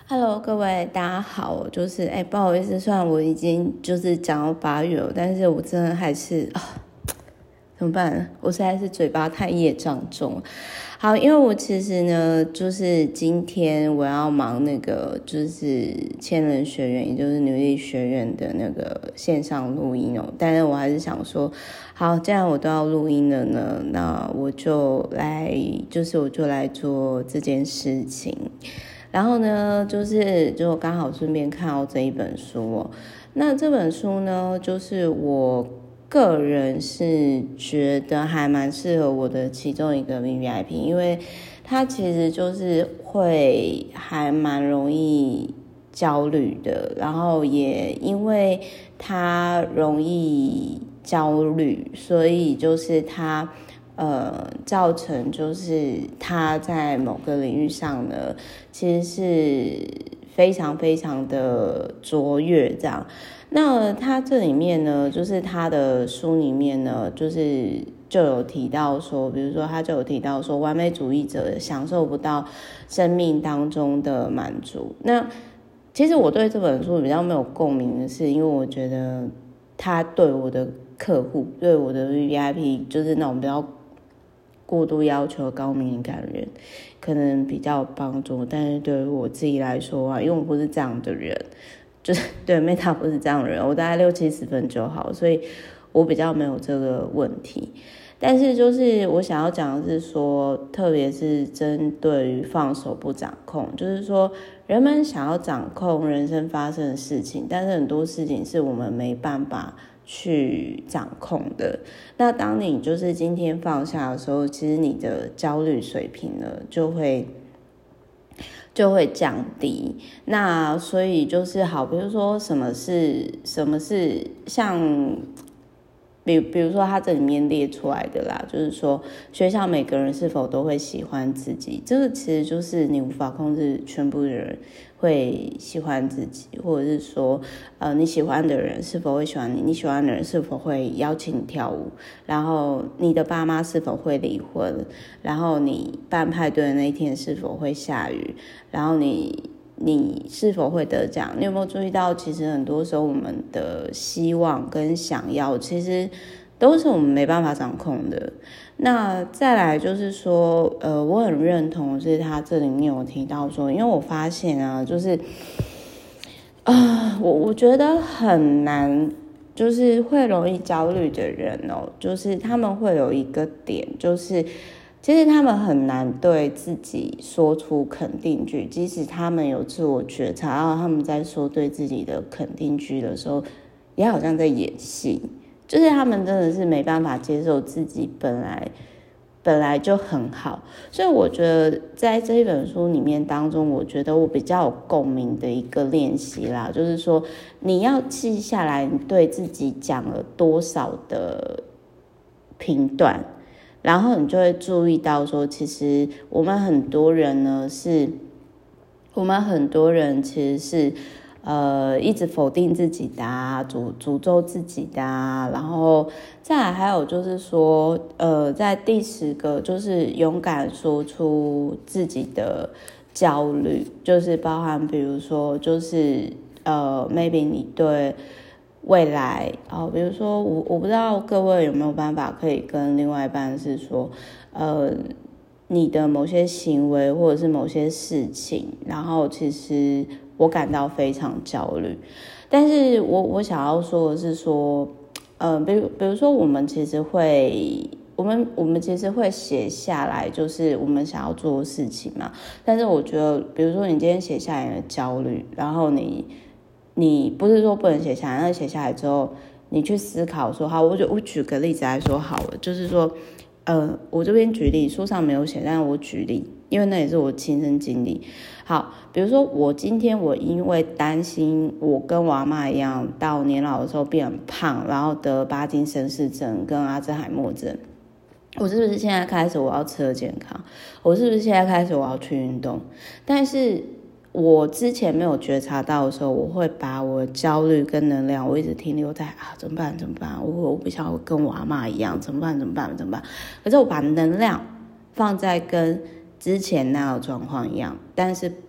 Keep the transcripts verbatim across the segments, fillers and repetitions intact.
Hello，各位大家好，就是哎，不好意思，虽然我已经就是讲到八月了，但是我真的还是啊，怎么办？我实在是嘴巴太业障重了。好，因为我其实呢，就是今天我要忙那个就是千人学院，也就是女力学院的那个线上录音哦。但是我还是想说，好，既然我都要录音了呢，那我就来，就是我就来做这件事情。然后呢，就是就刚好顺便看到这一本书哦。那这本书呢，就是我个人是觉得还蛮适合我的其中一个 V V I P， 因为它其实就是会还蛮容易焦虑的，然后也因为它容易焦虑，所以就是它呃，造成就是他在某个领域上呢，其实是非常非常的卓越这样。那他这里面呢，就是他的书里面呢，就是就有提到说，比如说他就有提到说，完美主义者享受不到生命当中的满足。那其实我对这本书比较没有共鸣的是，因为我觉得他对我的客户，对我的 V V I P， 就是那种比较过度要求高敏感人可能比较有帮助，但是对于我自己来说啊，因为我不是这样的人，就是对 Meta 不是这样的人，我大概六七十分就好，所以我比较没有这个问题。但是就是我想要讲的是说，特别是针对于放手不掌控，就是说人们想要掌控人生发生的事情，但是很多事情是我们没办法去掌控的。那当你就是今天放下的时候，其实你的焦虑水平呢就会就会降低。那所以就是好，比如说什么是什么是像比比如说他这里面列出来的啦，就是说学校每个人是否都会喜欢自己，这个其实就是你无法控制全部的人会喜欢自己，或者是说呃你喜欢的人是否会喜欢你，你喜欢的人是否会邀请你跳舞，然后你的爸妈是否会离婚，然后你办派对的那一天是否会下雨，然后你你是否会得奖？你有没有注意到，其实很多时候我们的希望跟想要，其实都是我们没办法掌控的。那再来就是说，呃，我很认同，就是他这里面有提到说，因为我发现啊，就是啊、呃，我我觉得很难，就是会容易焦虑的人哦，就是他们会有一个点，就是其实他们很难对自己说出肯定句，即使他们有自我觉察，然后他们在说对自己的肯定句的时候，也好像在演戏，就是他们真的是没办法接受自己本来本来就很好。所以我觉得在这一本书里面当中，我觉得我比较有共鸣的一个练习啦，就是说你要记下来你对自己讲了多少的评断，然后你就会注意到说，其实我们很多人呢，是我们很多人其实是呃一直否定自己的啊，诅诅咒自己的啊，然后再来还有就是说，呃，在第十个就是勇敢说出自己的焦虑，就是包含比如说就是呃 maybe 你对未来哦，比如说我我不知道各位有没有办法可以跟另外一半是说，呃，你的某些行为或者是某些事情，然后其实我感到非常焦虑，但是我我想要说的是说，呃，比如比如说我们其实会。我们我们其实会写下来，就是我们想要做的事情嘛。但是我觉得，比如说你今天写下来你的焦虑，然后你你不是说不能写下来，那写下来之后，你去思考说，好，我就我举个例子来说好了，就是说，呃，我这边举例，书上没有写，但是我举例，因为那也是我亲身经历。好，比如说我今天我因为担心我跟我阿嬷一样，到年老的时候变很胖，然后得巴金森氏症跟阿兹海默症。我是不是现在开始我要吃的健康？我是不是现在开始我要去运动？但是我之前没有觉察到的时候，我会把我的焦虑跟能量，我一直停留在啊怎么办怎么办？我我不想跟我阿嬷一样，怎么办怎么办怎么办？可是我把能量放在跟之前那个状况一样，但是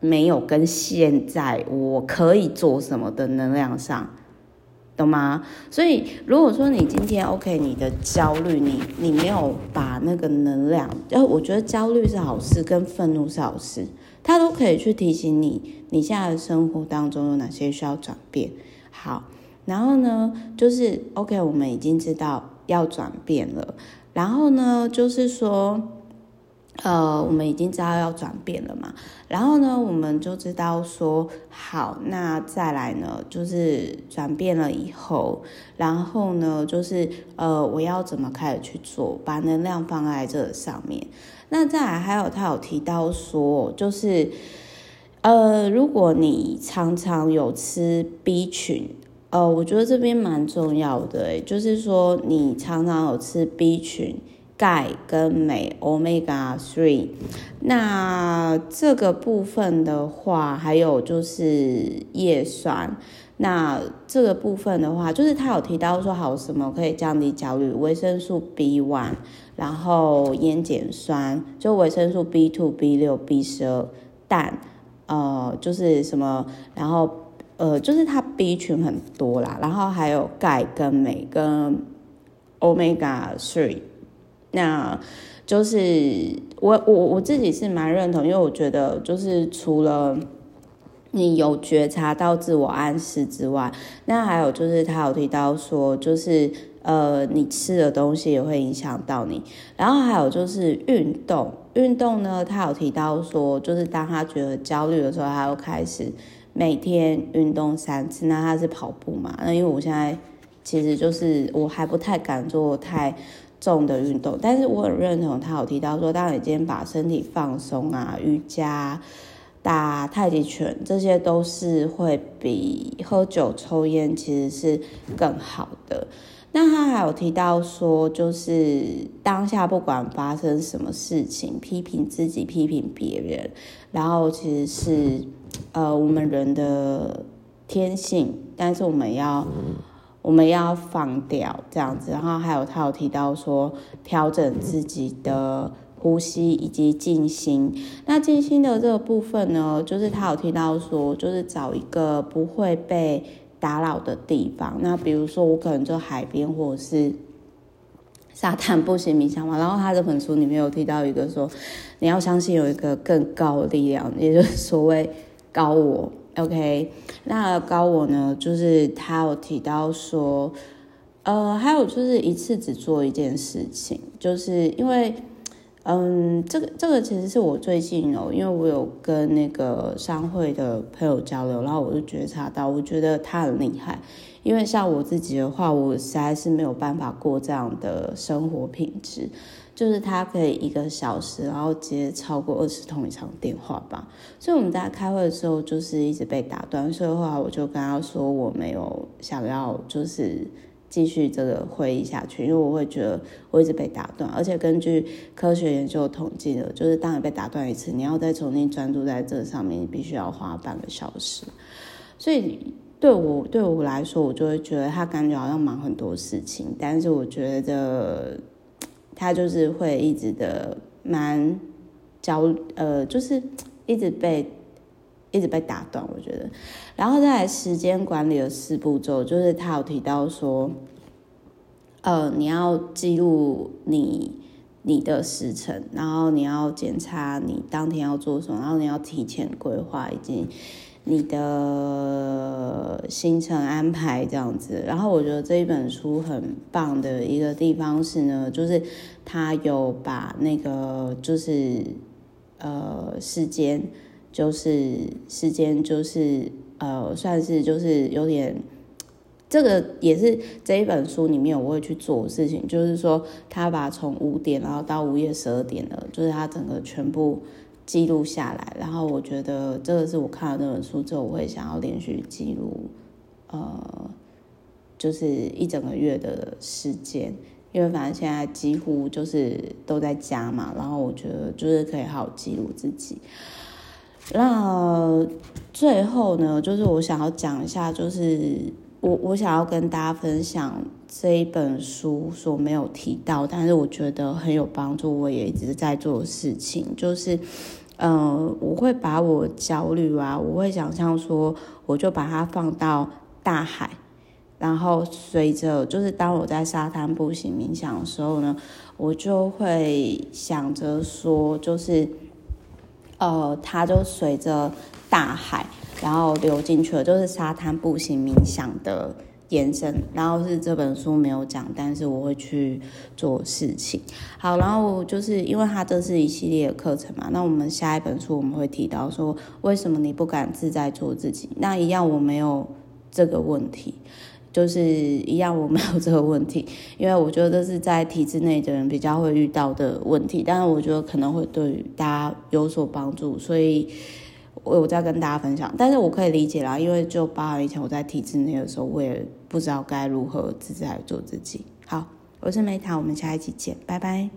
没有跟现在我可以做什么的能量上，懂吗？所以如果说你今天 OK 你的焦虑，你你没有把那个能量，我觉得焦虑是好事，跟愤怒是好事，它都可以去提醒你你现在的生活当中有哪些需要转变。好，然后呢就是 OK 我们已经知道要转变了，然后呢就是说呃，我们已经知道要转变了嘛，然后呢，我们就知道说，好，那再来呢，就是转变了以后，然后呢，就是呃，我要怎么开始去做，把能量放在这上面。那再来还有他有提到说，就是呃，如果你常常有吃 B 群，呃，我觉得这边蛮重要的，欸，就是说你常常有吃 B 群。钙跟镁 omega 三， 那这个部分的话还有就是叶酸，那这个部分的话就是他有提到说好什么可以降低焦虑，维生素 B 一， 然后烟碱酸，就维生素 B 二 B 六 B 十二， 氮呃就是什么，然后呃就是它 B 群很多啦，然后还有钙跟镁跟 omega 三，那就是我我我自己是蛮认同，因为我觉得就是除了你有觉察到自我暗示之外，那还有就是他有提到说，就是呃你吃的东西也会影响到你，然后还有就是运动，运动呢他有提到说，就是当他觉得焦虑的时候，他又开始每天运动三次，那他是跑步嘛？那因为我现在其实就是我还不太敢做太重的运动，但是我很认同他有提到说，当你今天把身体放松啊，瑜伽、打太极拳，这些都是会比喝酒抽烟其实是更好的。那他还有提到说，就是当下不管发生什么事情，批评自己、批评别人，然后其实是呃我们人的天性，但是我们要我们要放掉这样子。然后还有他有提到说，调整自己的呼吸以及静心。那静心的这个部分呢，就是他有提到说，就是找一个不会被打扰的地方。那比如说我可能就海边或者是沙滩步行冥想嘛。然后他这本书里面有提到一个说，你要相信有一个更高的力量，也就是所谓高我。OK， 那高我呢，就是他有提到说，呃，还有就是一次只做一件事情，就是因为，嗯，这个这个其实是我最近哦，因为我有跟那个商会的朋友交流，然后我就觉察到，我觉得他很厉害，因为像我自己的话，我实在是没有办法过这样的生活品质。就是他可以一个小时，然后接超过二十通以上电话吧。所以我们在开会的时候，就是一直被打断。所以后来我就跟他说，我没有想要就是继续这个会议下去，因为我会觉得我一直被打断，而且根据科学研究统计的，就是当你被打断一次，你要再重新专注在这上面，你必须要花半个小时。所以对我对我来说，我就会觉得他感觉好像忙很多事情，但是我觉得他就是会一直的蛮焦呃，就是一直被一直被打断，我觉得。然后再来时间管理的四步骤，就是他有提到说，呃，你要记录你你的时程，然后你要检查你当天要做什么，然后你要提前规划以及你的行程安排这样子。然后我觉得这一本书很棒的一个地方是呢，就是他有把那个就是呃时间就是时间就是呃算是就是有点，这个也是这一本书里面我会去做的事情，就是说他把从五点然后到午夜十二点的，就是他整个全部记录下来。然后我觉得这个是我看了这本书之后，我会想要连续记录呃就是一整个月的时间，因为反正现在几乎就是都在家嘛，然后我觉得就是可以好好记录自己。那最后呢，就是我想要讲一下，就是我我想要跟大家分享这一本书所没有提到，但是我觉得很有帮助，我也一直在做的事情，就是呃，我会把我焦虑啊，我会想象说，我就把它放到大海，然后随着就是当我在沙滩步行冥想的时候呢，我就会想着说，就是呃，它就随着大海然后流进去了，就是沙滩步行冥想的延伸，然后是这本书没有讲，但是我会去做事情。好，然后就是因为它这是一系列的课程嘛，那我们下一本书我们会提到说，为什么你不敢自在做自己？那一样我没有这个问题，就是一样我没有这个问题，因为我觉得这是在体制内的人比较会遇到的问题，但是我觉得可能会对于大家有所帮助，所以我有在跟大家分享。但是我可以理解啦，因为就包含以前我在体制内的时候，我也不知道该如何自在做自己。好，我是梅塔，我们下一期见，拜拜。